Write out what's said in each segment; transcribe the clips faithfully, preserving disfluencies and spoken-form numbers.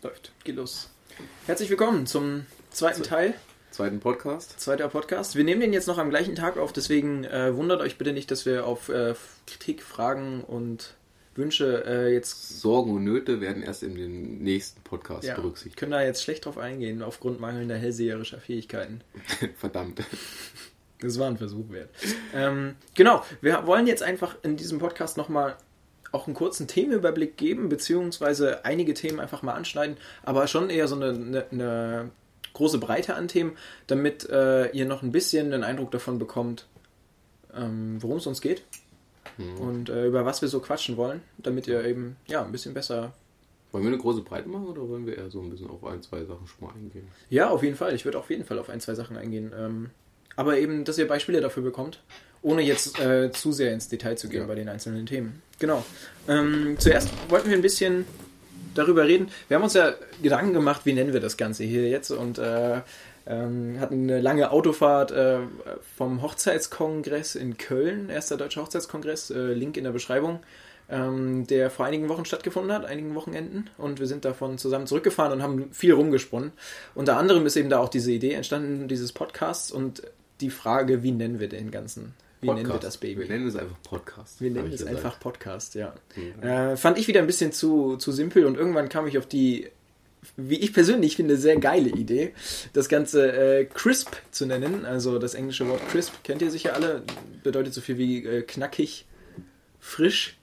Läuft. Geht los. Herzlich willkommen zum zweiten Teil. Zweiten Podcast. Zweiter Podcast. Wir nehmen den jetzt noch am gleichen Tag auf, deswegen äh, wundert euch bitte nicht, dass wir auf äh, Kritik, Fragen und Wünsche äh, jetzt... Sorgen und Nöte werden erst in den nächsten Podcast ja, berücksichtigt. Können da jetzt schlecht drauf eingehen, aufgrund mangelnder hellseherischer Fähigkeiten. Verdammt. Das war ein Versuch wert. Ähm, genau, wir wollen jetzt einfach in diesem Podcast nochmal auch einen kurzen Themenüberblick geben, beziehungsweise einige Themen einfach mal anschneiden, aber schon eher so eine, eine, eine große Breite an Themen, damit äh, ihr noch ein bisschen einen Eindruck davon bekommt, ähm, worum es uns geht hm. und äh, über was wir so quatschen wollen, damit ihr eben ja ein bisschen besser... Wollen wir eine große Breite machen oder wollen wir eher so ein bisschen auf ein, zwei Sachen schon mal eingehen? Ja, auf jeden Fall. Ich würde auf jeden Fall auf ein, zwei Sachen eingehen. Ähm, aber eben, dass ihr Beispiele dafür bekommt, ohne jetzt äh, zu sehr ins Detail zu gehen ja. bei den einzelnen Themen. Genau. Ähm, zuerst wollten wir ein bisschen darüber reden. Wir haben uns ja Gedanken gemacht, wie nennen wir das Ganze hier jetzt und äh, ähm, hatten eine lange Autofahrt äh, vom Hochzeitskongress in Köln, erster deutscher Hochzeitskongress, äh, Link in der Beschreibung, ähm, der vor einigen Wochen stattgefunden hat, einigen Wochenenden, und wir sind davon zusammen zurückgefahren und haben viel rumgesponnen. Unter anderem ist eben da auch diese Idee entstanden, dieses Podcasts und die Frage, wie nennen wir den Ganzen? Wie Podcast. nennen wir das Baby? Wir nennen es einfach Podcast. Wir nennen es einfach Podcast, ja. Mhm. Äh, fand ich wieder ein bisschen zu, zu simpel und irgendwann kam ich auf die, wie ich persönlich finde, sehr geile Idee, das Ganze äh, Crisp zu nennen. Also das englische Wort Crisp kennt ihr sicher alle, bedeutet so viel wie äh, knackig, frisch.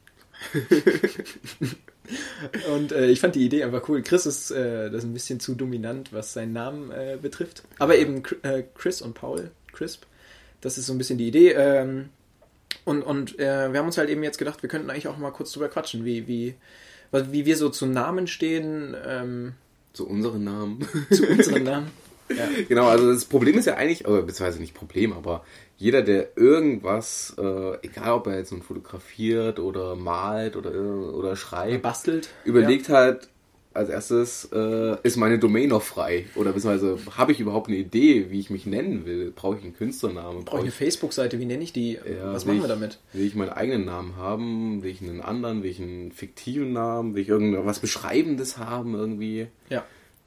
Und äh, ich fand die Idee einfach cool. Chris ist äh, das ist ein bisschen zu dominant, was seinen Namen äh, betrifft. Aber eben äh, Chris und Paul, Crisp. Das ist so ein bisschen die Idee. Ähm, und und äh, wir haben uns halt eben jetzt gedacht, wir könnten eigentlich auch mal kurz drüber quatschen, wie, wie, wie wir so zu Namen stehen. Ähm, zu unseren Namen. Zu unseren Namen. Ja. Genau, also das Problem ist ja eigentlich, oder beziehungsweise nicht Problem, aber jeder, der irgendwas, äh, egal ob er jetzt nun fotografiert oder malt oder, oder schreibt, oder bastelt, überlegt ja. halt als erstes, äh, ist meine Domain noch frei? Oder beziehungsweise habe ich überhaupt eine Idee, wie ich mich nennen will? Brauche ich einen Künstlernamen? Brauche ich eine Facebook-Seite? Wie nenne ich die? Ja, Was machen ich, wir damit? Will ich meinen eigenen Namen haben? Will ich einen anderen? Will ich einen fiktiven Namen? Will ich irgendwas Beschreibendes haben irgendwie? Ja.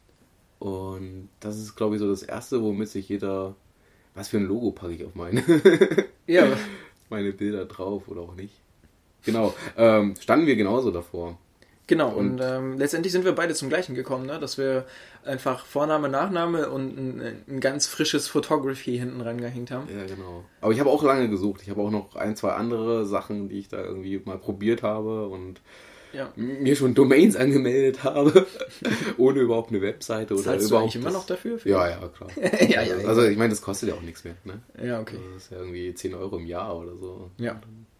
Und das ist, glaube ich, so das Erste, womit sich jeder... Was für ein Logo packe ich auf meine, ja. meine Bilder drauf oder auch nicht? Genau, ähm, standen wir genauso davor. Genau, und, und ähm, letztendlich sind wir beide zum Gleichen gekommen, ne? Dass wir einfach Vorname, Nachname und ein, ein ganz frisches Photography hinten rangehängt haben. Ja, genau. Aber ich habe auch lange gesucht. Ich habe auch noch ein, zwei andere Sachen, die ich da irgendwie mal probiert habe und ja. mir schon Domains angemeldet habe, ohne überhaupt eine Webseite oder Zahlst überhaupt. Du eigentlich immer noch dafür? Für ja, ja, klar. ja, ja, ja. Also ich meine, das kostet ja auch nichts mehr. Ne? Ja, okay. Das ist ja irgendwie zehn Euro im Jahr oder so. Ja.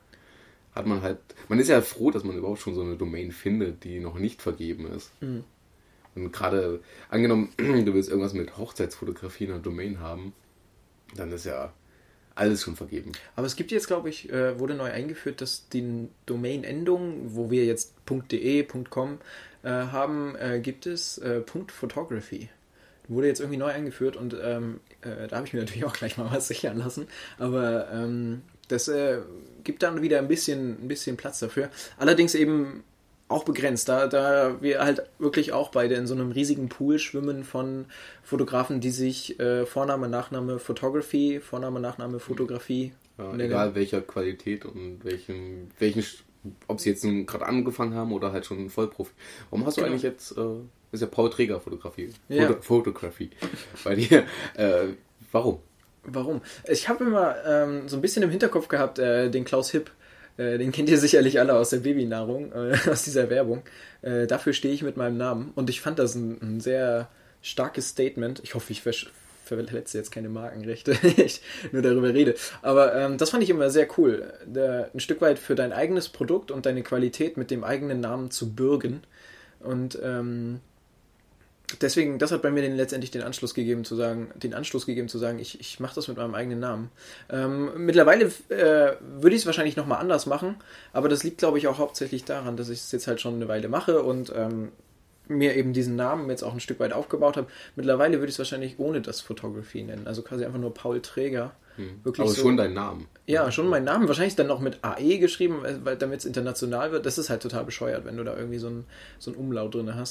Hat man halt, man ist ja froh, dass man überhaupt schon so eine Domain findet, die noch nicht vergeben ist. Mhm. Und gerade, angenommen, du willst irgendwas mit Hochzeitsfotografie in einer Domain haben, dann ist ja alles schon vergeben. Aber es gibt jetzt, glaube ich, äh, wurde neu eingeführt, dass die Domain-Endung, wo wir jetzt .de, .com äh, haben, äh, gibt es äh, .photography. Wurde jetzt irgendwie neu eingeführt und ähm, äh, da habe ich mir natürlich auch gleich mal was sichern lassen. Aber ähm, das äh, gibt dann wieder ein bisschen, ein bisschen Platz dafür. Allerdings eben auch begrenzt, da, da wir halt wirklich auch beide in so einem riesigen Pool schwimmen von Fotografen, die sich äh, Vorname, Nachname Photography, Vorname, Nachname Fotografie ja, egal welcher Qualität und welchen, welchen ob sie jetzt gerade angefangen haben oder halt schon Vollprofi. Warum hast du genau. eigentlich jetzt, äh, ist ja Paul Träger Fotografie, ja. Foto, Fotografie bei dir, äh, warum? Warum? Ich habe immer ähm, so ein bisschen im Hinterkopf gehabt, äh, den Klaus Hipp. Äh, den kennt ihr sicherlich alle aus der Babynahrung, äh, aus dieser Werbung. Äh, dafür stehe ich mit meinem Namen. Und ich fand das ein, ein sehr starkes Statement. Ich hoffe, ich ver- verletze jetzt keine Markenrechte, ich nur darüber rede. Aber ähm, das fand ich immer sehr cool. Da, ein Stück weit für dein eigenes Produkt und deine Qualität mit dem eigenen Namen zu bürgen. Und ähm, deswegen, das hat bei mir den, letztendlich den Anschluss gegeben zu sagen, den Anschluss gegeben zu sagen, ich, ich mache das mit meinem eigenen Namen. Ähm, mittlerweile äh, würde ich es wahrscheinlich nochmal anders machen, aber das liegt, glaube ich, auch hauptsächlich daran, dass ich es jetzt halt schon eine Weile mache und ähm, mir eben diesen Namen jetzt auch ein Stück weit aufgebaut habe. Mittlerweile würde ich es wahrscheinlich ohne das Photography nennen, also quasi einfach nur Paul Träger. Hm. Wirklich aber so, schon dein Name. Ja, schon mein Name. Wahrscheinlich dann noch mit A E geschrieben, weil damit es international wird. Das ist halt total bescheuert, wenn du da irgendwie so ein, so ein Umlaut drin hast.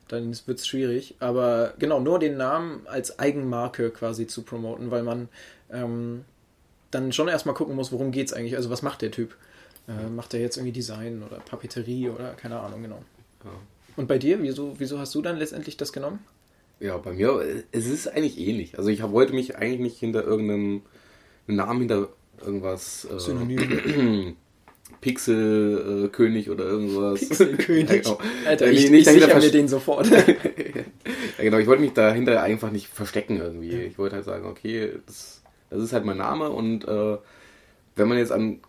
dann wird es schwierig. Aber genau, nur den Namen als Eigenmarke quasi zu promoten, weil man ähm, dann schon erstmal gucken muss, worum geht es eigentlich. Also was macht der Typ? Äh, macht er jetzt irgendwie Design oder Papeterie oder keine Ahnung, genau. Ja. Und bei dir, wieso, wieso hast du dann letztendlich das genommen? Ja, bei mir, es ist eigentlich ähnlich. Also ich wollte mich eigentlich nicht hinter irgendeinem Namen, hinter irgendwas äh, Synonym. Pixelkönig äh, oder irgendwas. Pixelkönig? Ja, genau. Alter, äh, ich, nicht, nicht ich sichere vers- mir den sofort. Ja, genau, ich wollte mich dahinter einfach nicht verstecken irgendwie. Ich wollte halt sagen, okay, das, das ist halt mein Name und äh, wenn man jetzt an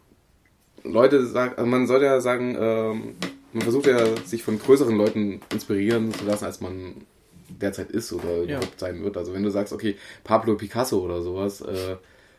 Leute sagt, also man sollte ja sagen, ähm, man versucht ja, sich von größeren Leuten inspirieren zu lassen, als man derzeit ist oder Ja. überhaupt sein wird. Also wenn du sagst, okay, Pablo Picasso oder sowas, äh,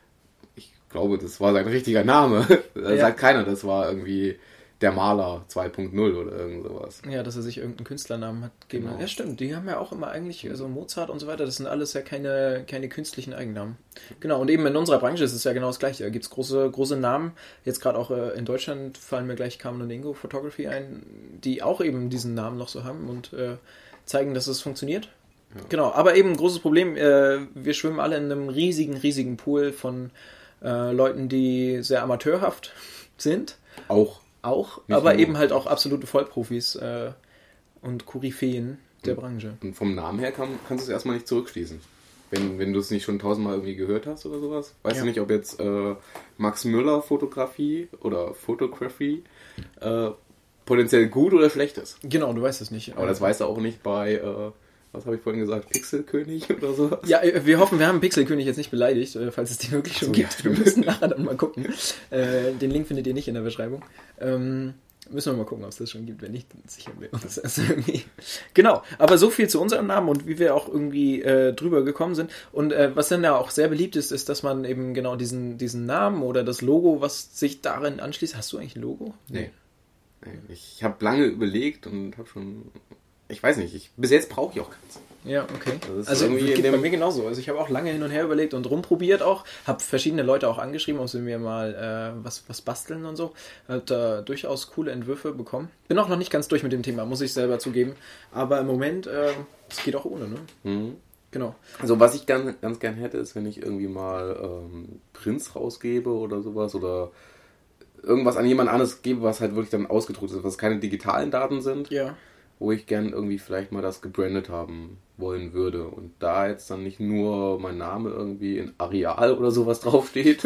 ich glaube, das war sein richtiger Name. Da Ja. sagt keiner, das war irgendwie der Maler zwei Punkt null oder irgend sowas. Ja, dass er sich irgendeinen Künstlernamen hat gegeben. Genau. Ja, stimmt. Die haben ja auch immer eigentlich, also Mozart und so weiter, das sind alles ja keine, keine künstlichen Eigennamen. Genau, und eben in unserer Branche ist es ja genau das Gleiche. Da gibt es große, große Namen. Jetzt gerade auch äh, in Deutschland fallen mir gleich Carmen und Ingo Photography ein, die auch eben diesen Namen noch so haben und äh, zeigen, dass es funktioniert. Ja. Genau, aber eben ein großes Problem, äh, wir schwimmen alle in einem riesigen, riesigen Pool von äh, Leuten, die sehr amateurhaft sind. Auch. Auch, Nicht aber nur. eben halt auch absolute Vollprofis äh, und Koryphäen der Branche. Und vom Namen her kann, kannst du es erstmal nicht zurückschließen. Wenn, wenn du es nicht schon tausendmal irgendwie gehört hast oder sowas. Weißt Ja. du nicht, ob jetzt äh, Max Müller Fotografie oder Photography äh, potenziell gut oder schlecht ist. Genau, du weißt es nicht. Aber das weißt du auch nicht bei, äh, was habe ich vorhin gesagt, Pixelkönig oder sowas. Ja, äh, wir hoffen, wir haben Pixelkönig jetzt nicht beleidigt, äh, falls es die wirklich schon So, gibt. ja, Wir stimmt. müssen nachher dann mal gucken. Äh, den Link findet ihr nicht in der Beschreibung. Ähm, müssen wir mal gucken, ob es das schon gibt. Wenn nicht, dann sichern wir uns das irgendwie. Genau, aber so viel zu unserem Namen und wie wir auch irgendwie äh, drüber gekommen sind. Und äh, was dann ja auch sehr beliebt ist, ist, dass man eben genau diesen, diesen Namen oder das Logo, was sich darin anschließt. Hast du eigentlich ein Logo? Nee. nee. Ich habe lange überlegt und habe schon, ich weiß nicht, ich, bis jetzt brauche ich auch keins. Ja, okay. Das ist Also irgendwie geht in dem- bei mir genauso. Also ich habe auch lange hin und her überlegt und rumprobiert auch. Habe verschiedene Leute auch angeschrieben, ob sie mir mal äh, was, was basteln und so. Habe da durchaus coole Entwürfe bekommen. Bin auch noch nicht ganz durch mit dem Thema, muss ich selber zugeben. Aber im Moment, äh, es geht auch ohne, ne? Mhm. Genau. Also was ich ganz, ganz gern hätte, ist, wenn ich irgendwie mal ähm, Prints rausgebe oder sowas oder irgendwas an jemand anderes gebe, was halt wirklich dann ausgedruckt ist, was keine digitalen Daten sind, Ja. wo ich gern irgendwie vielleicht mal das gebrandet haben wollen würde. Und da jetzt dann nicht nur mein Name irgendwie in Areal oder sowas draufsteht.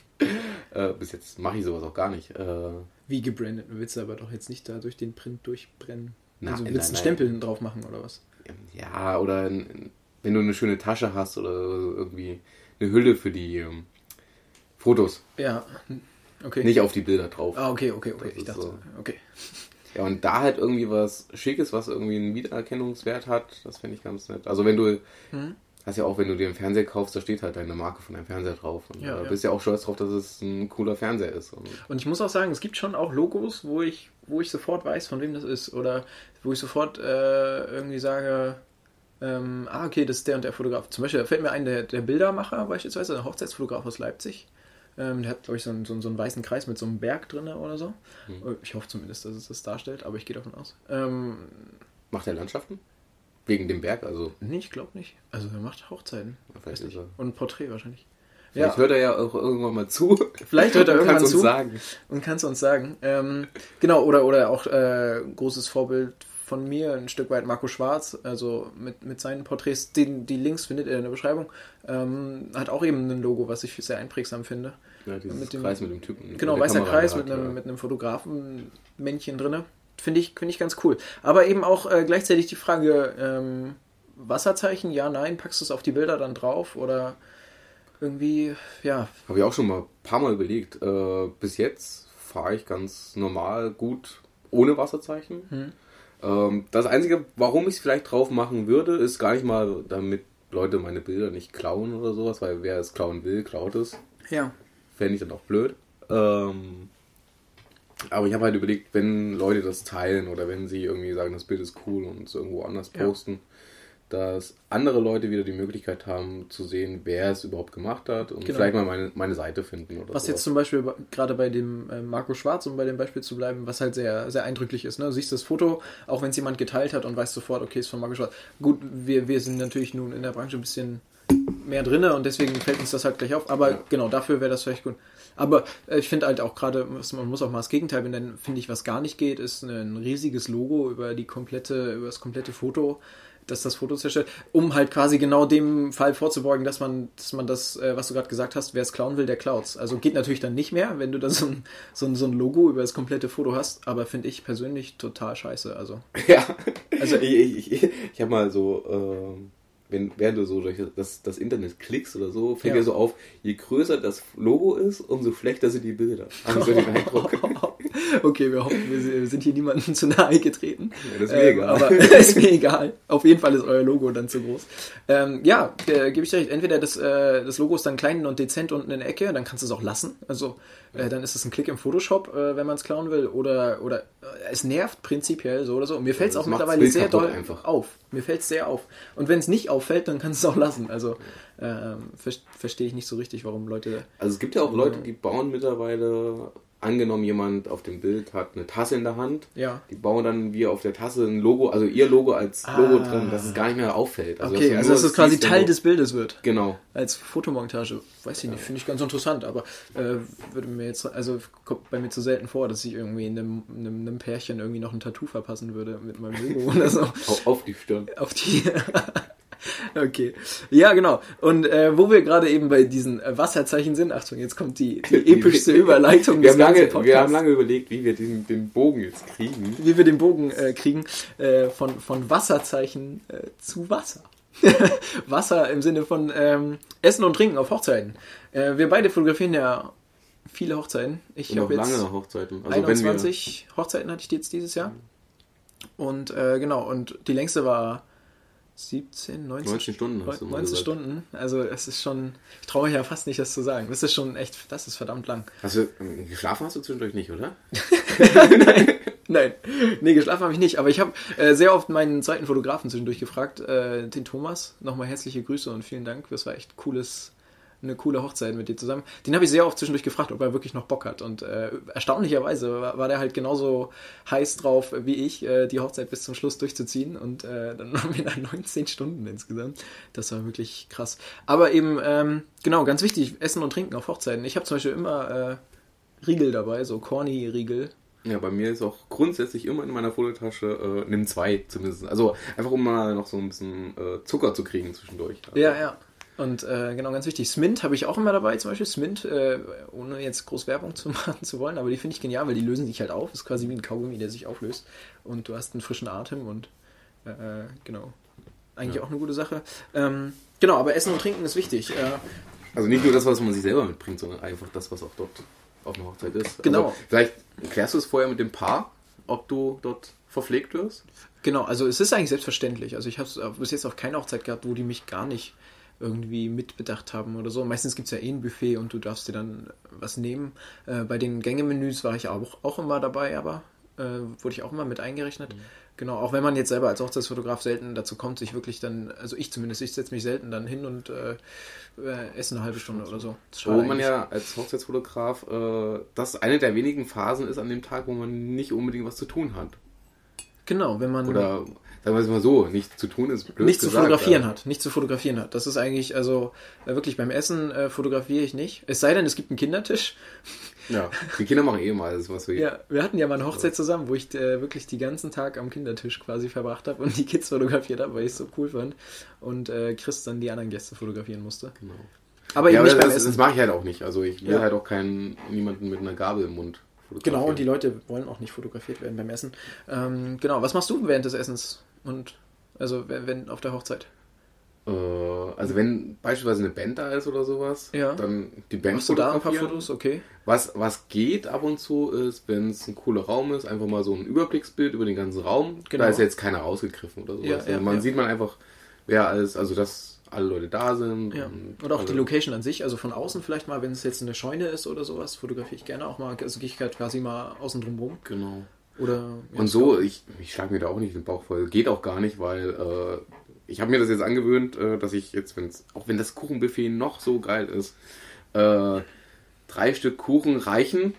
äh, bis jetzt mache ich sowas auch gar nicht. Äh, Wie gebrandet? Du willst aber doch jetzt nicht da durch den Print durchbrennen. Nein, Also nein, willst du einen nein. Stempel drauf machen oder was? ja, oder ein, wenn du eine schöne Tasche hast oder irgendwie eine Hülle für die ähm, Fotos. Ja. Okay. Nicht auf die Bilder drauf. Ah, okay, okay, okay. Das Ich ist dachte, so. okay. Ja, und da halt irgendwie was Schickes, was irgendwie einen Wiedererkennungswert hat, das fände ich ganz nett. Also wenn du, Hm? hast ja auch, wenn du dir einen Fernseher kaufst, da steht halt deine Marke von deinem Fernseher drauf. Und Ja, da ja. bist ja auch stolz drauf, dass es ein cooler Fernseher ist. Und Und ich muss auch sagen, es gibt schon auch Logos, wo ich, wo ich sofort weiß, von wem das ist. Oder wo ich sofort äh, irgendwie sage, ähm, ah, okay, das ist der und der Fotograf. Zum Beispiel, da fällt mir ein, der, der Bildermacher beispielsweise, der Hochzeitsfotograf aus Leipzig. Ähm, der hat, glaube ich, so einen, so, einen, so einen weißen Kreis mit so einem Berg drin oder so. Mhm. Ich hoffe zumindest, dass es das darstellt, aber ich gehe davon aus. Ähm, macht er Landschaften? Wegen dem Berg, also. nee, ich glaube nicht. Also er macht Hochzeiten. Vielleicht Weiß nicht. ist er. Und ein Porträt wahrscheinlich. Vielleicht hört er ja auch irgendwann mal zu. Vielleicht hört er und irgendwann kann's zu. uns sagen. Und kannst du uns sagen. Ähm, genau, oder, oder auch äh, großes Vorbild von mir, ein Stück weit Marco Schwarz, also mit, mit seinen Porträts, die, die Links findet ihr in der Beschreibung, ähm, hat auch eben ein Logo, was ich sehr einprägsam finde. Ja, dieses Mit dem- Kreis mit dem Typen. Genau, der weißer Kamera Kreis hat, mit einem, ja. mit einem Fotografen-Männchen drin. Finde ich, finde ich ganz cool. Aber eben auch äh, gleichzeitig die Frage, ähm, Wasserzeichen, ja, nein, packst du es auf die Bilder dann drauf oder irgendwie, ja, Habe ich auch schon mal ein paar Mal überlegt. Äh, bis jetzt fahre ich ganz normal gut ohne Wasserzeichen. Hm. Ähm, das Einzige, warum ich es vielleicht drauf machen würde, ist gar nicht mal, damit Leute meine Bilder nicht klauen oder sowas, weil wer es klauen will, klaut es. ja, Fände ich dann auch blöd. Ähm, aber ich habe halt überlegt, wenn Leute das teilen oder wenn sie irgendwie sagen, das Bild ist cool und es irgendwo anders Ja. posten, dass andere Leute wieder die Möglichkeit haben zu sehen, wer es überhaupt gemacht hat und genau. vielleicht mal meine, meine Seite finden. Oder was sowas. Jetzt zum Beispiel gerade bei dem äh, Marco Schwarz, um bei dem Beispiel zu bleiben, was halt sehr, sehr eindrücklich ist. Ne? Du siehst das Foto, auch wenn es jemand geteilt hat und weißt sofort, okay, ist von Marco Schwarz. Gut, wir, wir sind natürlich nun in der Branche ein bisschen mehr drin und deswegen fällt uns das halt gleich auf. Aber ja. genau, dafür wäre das vielleicht gut. Aber äh, ich finde halt auch gerade, man muss auch mal das Gegenteil benennen, finde ich, was gar nicht geht, ist ein riesiges Logo über die komplette, über das komplette Foto, dass das Foto zerstört, um halt quasi genau dem Fall vorzubeugen, dass man, dass man das, äh, was du gerade gesagt hast, wer es klauen will, der klaut's. Also geht natürlich dann nicht mehr, wenn du da so ein, so ein, so ein Logo über das komplette Foto hast, aber finde ich persönlich total scheiße. Also. Ja, also ich, ich, ich habe mal so, äh, wenn, während du so durch das, das Internet klickst oder so, fällt dir ja. so auf, je größer das Logo ist, umso schlechter sind die Bilder. Habe ich so den Eindruck. Okay, wir hoffen, wir sind hier niemandem zu nahe getreten. Ja, das ist mir ähm, egal. Aber ist mir egal. Auf jeden Fall ist euer Logo dann zu groß. Ähm, ja, äh, gebe ich dir recht. Entweder das, äh, das Logo ist dann klein und dezent unten in der Ecke, dann kannst du es auch lassen. Also äh, dann ist es ein Klick im Photoshop, äh, wenn man es klauen will. Oder, oder äh, es nervt prinzipiell so oder so. Und mir fällt es ja, auch mittlerweile sehr doll einfach auf. Mir fällt es sehr auf. Und wenn es nicht auffällt, dann kannst du es auch lassen. Also ähm, ver- verstehe ich nicht so richtig, warum Leute... Also es gibt ja auch Leute, die bauen mittlerweile... Angenommen, jemand auf dem Bild hat eine Tasse in der Hand, ja. die bauen dann wie auf der Tasse ein Logo, also ihr Logo als ah. Logo drin, dass es gar nicht mehr auffällt. Also okay, dass also dass es quasi Teil des Bildes wird. Genau. Als Fotomontage, weiß ich nicht, finde ich ganz interessant, aber äh, würde mir jetzt, also kommt bei mir zu selten vor, dass ich irgendwie in einem, einem, einem Pärchen irgendwie noch ein Tattoo verpassen würde mit meinem Logo oder so. Auf, auf die Stirn. Auf die... Okay, ja genau. Und äh, wo wir gerade eben bei diesen äh, Wasserzeichen sind, Achtung, jetzt kommt die, die epischste Überleitung wir des ganzen Podcasts. Wir haben lange überlegt, wie wir den, den Bogen jetzt kriegen. Wie wir den Bogen äh, kriegen äh, von, von Wasserzeichen äh, zu Wasser. Wasser im Sinne von ähm, Essen und Trinken auf Hochzeiten. Äh, wir beide fotografieren ja viele Hochzeiten. Ich habe jetzt lange Hochzeiten. Also einundzwanzig wenn wir... Hochzeiten hatte ich jetzt dieses Jahr. Und äh, genau, und die längste war siebzehn, neunzehn, neunzehn Stunden. Hast du mal neunzehn Stunden. Also es ist schon, ich traue mich ja fast nicht, das zu sagen. Das ist schon echt, das ist verdammt lang. Hast du, geschlafen hast du zwischendurch nicht, oder? Nein, nein. Nee, geschlafen habe ich nicht. Aber ich habe äh, sehr oft meinen zweiten Fotografen zwischendurch gefragt, äh, den Thomas. Nochmal herzliche Grüße und vielen Dank. Das war echt cooles, eine coole Hochzeit mit dir zusammen. Den habe ich sehr oft zwischendurch gefragt, ob er wirklich noch Bock hat. Und äh, erstaunlicherweise war, war der halt genauso heiß drauf wie ich, äh, die Hochzeit bis zum Schluss durchzuziehen. Und äh, dann haben wir da neunzehn Stunden insgesamt. Das war wirklich krass. Aber eben, ähm, genau, ganz wichtig, Essen und Trinken auf Hochzeiten. Ich habe zum Beispiel immer äh, Riegel dabei, so Corny-Riegel. Ja, bei mir ist auch grundsätzlich immer in meiner Fototasche äh, nimm zwei zumindest. Also einfach um mal noch so ein bisschen äh, Zucker zu kriegen zwischendurch. Also, ja, ja. Und äh, genau, ganz wichtig, Smint habe ich auch immer dabei, zum Beispiel Smint, äh, ohne jetzt groß Werbung zu machen zu wollen, aber die finde ich genial, weil die lösen sich halt auf. Das ist quasi wie ein Kaugummi, der sich auflöst. Und du hast einen frischen Atem und äh, genau, eigentlich ja. auch eine gute Sache. Ähm, genau, aber Essen und Trinken ist wichtig. Äh, also nicht nur das, was man sich selber mitbringt, sondern einfach das, was auch dort auf einer Hochzeit ist. Genau. Also, vielleicht klärst du es vorher mit dem Paar, ob du dort verpflegt wirst? Genau, also es ist eigentlich selbstverständlich. Also ich habe bis jetzt auch keine Hochzeit gehabt, wo die mich gar nicht irgendwie mitbedacht haben oder so. Meistens gibt es ja eh ein Buffet und du darfst dir dann was nehmen. Äh, bei den Gängemenüs war ich auch, auch immer dabei, aber äh, wurde ich auch immer mit eingerechnet. Mhm. Genau, auch wenn man jetzt selber als Hochzeitsfotograf selten dazu kommt, sich wirklich dann, also ich zumindest, ich setze mich selten dann hin und äh, äh, esse eine halbe Stunde oder so. Wo man eigentlich. Ja als Hochzeitsfotograf, äh, das eine der wenigen Phasen ist an dem Tag, wo man nicht unbedingt was zu tun hat. Genau, wenn man... Oder... Sagen wir es mal so, nichts zu tun ist blöd Nicht zu gesagt, fotografieren ja. hat, nicht zu fotografieren hat. Das ist eigentlich, also äh, wirklich beim Essen äh, fotografiere ich nicht. Es sei denn, es gibt einen Kindertisch. Ja, die Kinder machen eh mal das, was wir... Ja, wir hatten ja mal eine Hochzeit zusammen, wo ich äh, wirklich die ganzen Tag am Kindertisch quasi verbracht habe und die Kids fotografiert habe, weil ich es so cool fand. Und äh, Chris dann die anderen Gäste fotografieren musste. Genau. Aber eben ja, nicht aber beim das, Essen. Das mache ich halt auch nicht. Also ich will ja. halt auch keinen, niemanden mit einer Gabel im Mund fotografieren. Genau, und die Leute wollen auch nicht fotografiert werden beim Essen. Ähm, genau, was machst du während des Essens? Und also wenn, wenn auf der Hochzeit? Äh, also wenn beispielsweise eine Band da ist oder sowas, ja. dann die Band Machst du da ein paar Fotos? Okay. Was, was geht ab und zu ist, wenn es ein cooler Raum ist, einfach mal so ein Überblicksbild über den ganzen Raum. Genau. Da ist jetzt keiner rausgegriffen oder sowas. Ja, also ja, man ja. sieht man einfach, wer alles, also dass alle Leute da sind. Ja. Und oder auch also die Location an sich, also von außen vielleicht mal, wenn es jetzt eine Scheune ist oder sowas, fotografiere ich gerne auch mal, also gehe ich halt quasi mal außen drum rum. Genau. Oder, ja, und so, ich, ich schlage mir da auch nicht den Bauch voll. Geht auch gar nicht, weil äh, ich habe mir das jetzt angewöhnt, äh, dass ich jetzt, wenn's, auch wenn das Kuchenbuffet noch so geil ist, äh, drei Stück Kuchen reichen,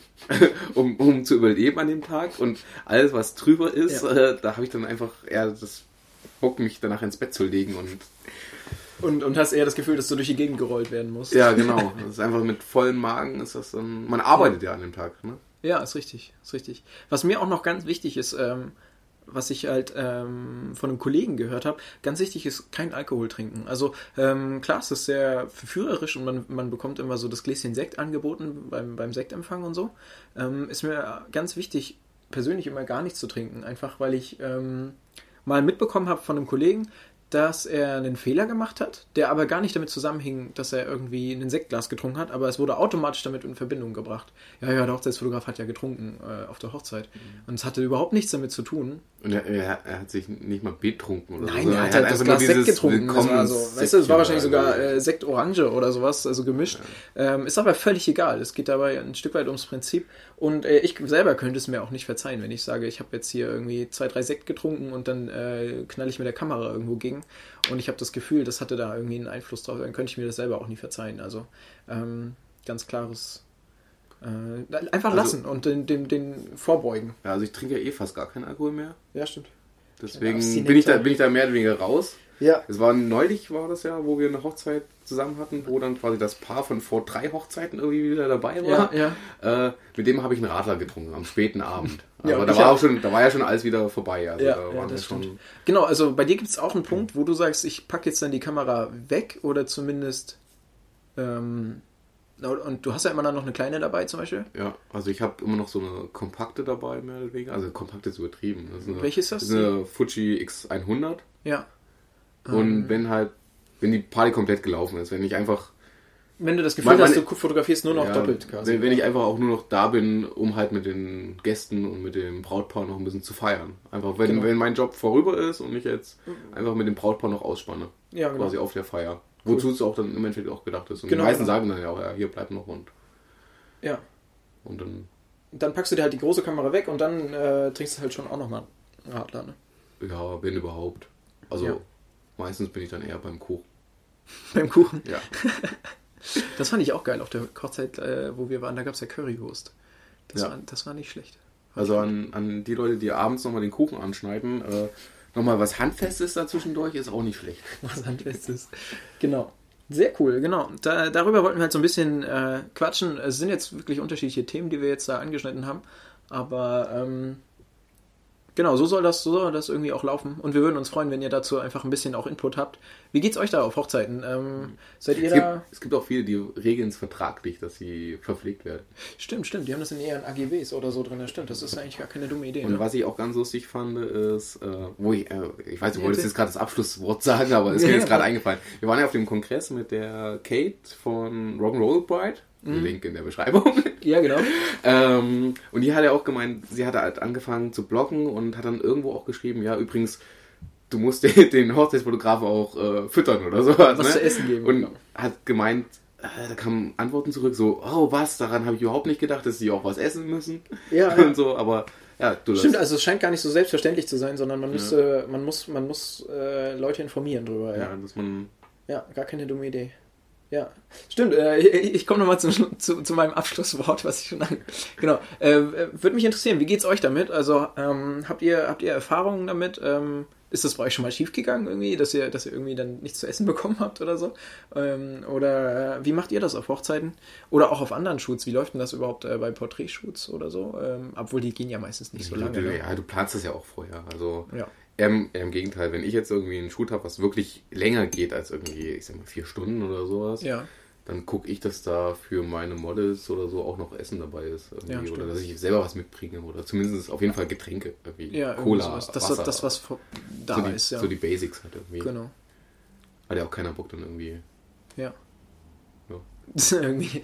um, um zu überleben an dem Tag. Und alles, was drüber ist, ja. äh, da habe ich dann einfach eher das Bock, mich danach ins Bett zu legen. Und, und, und hast eher das Gefühl, dass du durch die Gegend gerollt werden musst. Ja, genau. Das ist einfach mit vollem Magen, ist das dann, man arbeitet ja, ja an dem Tag. Ne? Ja, ist richtig, ist richtig. Was mir auch noch ganz wichtig ist, ähm, was ich halt ähm, von einem Kollegen gehört habe, ganz wichtig ist, kein Alkohol trinken. Also ähm, klar, es ist sehr verführerisch und man, man bekommt immer so das Gläschen Sekt angeboten beim, beim Sektempfang und so. Ähm, ist mir ganz wichtig, persönlich immer gar nichts zu trinken. Einfach, weil ich ähm, mal mitbekommen habe von einem Kollegen, dass er einen Fehler gemacht hat, der aber gar nicht damit zusammenhing, dass er irgendwie ein Sektglas getrunken hat, aber es wurde automatisch damit in Verbindung gebracht. Ja, ja, der Hochzeitsfotograf hat ja getrunken äh, auf der Hochzeit. Mhm. Und es hatte überhaupt nichts damit zu tun. Und er, er, er hat sich nicht mal betrunken oder Nein, so. Nein, er hat, halt das Glas Sekt getrunken. Das war so, weißt du, es war wahrscheinlich sogar äh, Sekt Orange oder sowas, also gemischt. Ja. Ähm, ist aber völlig egal. Es geht dabei ein Stück weit ums Prinzip. Und äh, ich selber könnte es mir auch nicht verzeihen, wenn ich sage, ich habe jetzt hier irgendwie zwei, drei Sekt getrunken und dann äh, knall ich mit der Kamera irgendwo gegen. Und ich habe das Gefühl, das hatte da irgendwie einen Einfluss drauf. Dann könnte ich mir das selber auch nie verzeihen. Also ähm, ganz klares äh, einfach also, lassen und den, den, den vorbeugen. Ja, also ich trinke ja eh fast gar keinen Alkohol mehr. Ja, stimmt. Deswegen bin ich, da, bin ich da mehr oder weniger raus. Ja. Es war neulich, war das ja, wo wir eine Hochzeit zusammen hatten, wo dann quasi das Paar von vor drei Hochzeiten irgendwie wieder dabei war. Ja, ja. Äh, mit dem habe ich einen Radler getrunken am späten Abend. Ja, aber da war auch schon, da war ja schon alles wieder vorbei. Also ja, da ja, das schon stimmt. Genau, also bei dir gibt es auch einen Punkt, wo du sagst, ich packe jetzt dann die Kamera weg oder zumindest ähm, und du hast ja immer dann noch eine kleine dabei zum Beispiel? Ja, also ich habe immer noch so eine kompakte dabei, mehr oder weniger. Also kompakt ist übertrieben. Das ist eine, Welche ist das? Das ist eine Fuji X hundert. Ja. Und um, wenn halt, wenn die Party komplett gelaufen ist, wenn ich einfach... Wenn du das Gefühl hast, du fotografierst nur noch ja, doppelt quasi. Wenn, wenn ich einfach auch nur noch da bin, um halt mit den Gästen und mit dem Brautpaar noch ein bisschen zu feiern. Einfach, wenn, genau. wenn mein Job vorüber ist und ich jetzt einfach mit dem Brautpaar noch ausspanne. Ja, genau. Quasi auf der Feier. Cool. Wozu es auch dann im Endeffekt auch gedacht ist. Und genau, die meisten genau. sagen dann ja auch, ja, hier bleibt noch und. Ja. Und dann. Dann packst du dir halt die große Kamera weg und dann äh, trinkst du halt schon auch nochmal einen Radler, ne? Ja, wenn überhaupt. Also ja. meistens bin ich dann eher beim Kuchen. Beim Kuchen? Ja. Das fand ich auch geil auf der Hochzeit, äh, wo wir waren, da gab es ja Currywurst. Das, ja. war, das war nicht schlecht. War also an, an die Leute, die abends nochmal den Kuchen anschneiden, äh, nochmal was Handfestes dazwischendurch ist auch nicht schlecht. Was Handfestes. Genau. Sehr cool, genau. Da, darüber wollten wir halt so ein bisschen äh, quatschen. Es sind jetzt wirklich unterschiedliche Themen, die wir jetzt da angeschnitten haben. Aber ähm, genau, so soll das, so soll das irgendwie auch laufen. Und wir würden uns freuen, wenn ihr dazu einfach ein bisschen auch Input habt. Wie geht's euch da auf Hochzeiten? Ähm, seid ihr es da? Gibt, es gibt auch viele, die regeln es vertraglich, dass sie verpflegt werden. Stimmt, stimmt. Die haben das in ihren A G Bs oder so drin. Das stimmt, das ist eigentlich gar keine dumme Idee. Und ne? was ich auch ganz lustig fand, ist, äh, wo ich, äh, ich weiß, du wolltest jetzt gerade das Abschlusswort sagen, aber es ist mir jetzt gerade eingefallen. Wir waren ja auf dem Kongress mit der Kate von Rock'n'Roll Bride. Mhm. Link in der Beschreibung. Ja, genau. ähm, und die hat ja auch gemeint, sie hat halt angefangen zu bloggen und hat dann irgendwo auch geschrieben, ja, übrigens, du musst den, den Hochzeitsfotografen auch äh, füttern oder sowas. Was ne? zu essen geben. Und genau. hat gemeint, äh, da kamen Antworten zurück, so, oh, was, daran habe ich überhaupt nicht gedacht, dass sie auch was essen müssen. Ja. Und so, aber ja, du Stimmt, also es scheint gar nicht so selbstverständlich zu sein, sondern man müsste, ja. man muss, man muss äh, Leute informieren drüber. Ja. ja, dass man... Ja, gar keine dumme Idee. Ja, stimmt. Äh, ich ich komme nochmal zu, zu, zu meinem Abschlusswort, was ich schon an... Genau. Äh, würde mich interessieren, wie geht's euch damit? Also, ähm, habt ihr habt ihr Erfahrungen damit? Ähm, ist das bei euch schon mal schiefgegangen irgendwie, dass ihr, dass ihr irgendwie dann nichts zu essen bekommen habt oder so? Ähm, oder äh, wie macht ihr das auf Hochzeiten? Oder auch auf anderen Shoots? Wie läuft denn das überhaupt äh, bei Porträtshoots oder so? Ähm, obwohl die gehen ja meistens nicht so lange. Du, ne? Ja, du planst das ja auch vorher. Also... Ja. Eher im, eher im Gegenteil, wenn ich jetzt irgendwie einen Shoot habe, was wirklich länger geht als irgendwie, ich sag mal, vier Stunden oder sowas, ja. dann gucke ich, dass da für meine Models oder so auch noch Essen dabei ist. Irgendwie, Ja, oder dass ich selber was mitbringe oder zumindest auf jeden Fall Getränke. Irgendwie Ja, Cola, sowas. Das, Wasser. das, was da so die, ist, ja. So die Basics halt irgendwie. Genau. Hat ja auch keiner Bock dann irgendwie. Ja. Ja. Das ist irgendwie...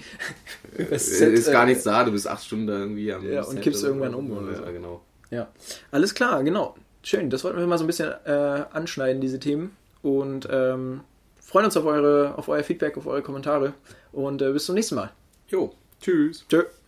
Es ist gar nichts da, du bist acht Stunden da irgendwie am Ja, und Set kippst oder irgendwann so. um oder so. Ja, genau. Ja, alles klar, genau. Schön, das wollten wir mal so ein bisschen äh, anschneiden, diese Themen. Und ähm, freuen uns auf, eure, auf euer Feedback, auf eure Kommentare. Und äh, bis zum nächsten Mal. Jo, tschüss. Tschö.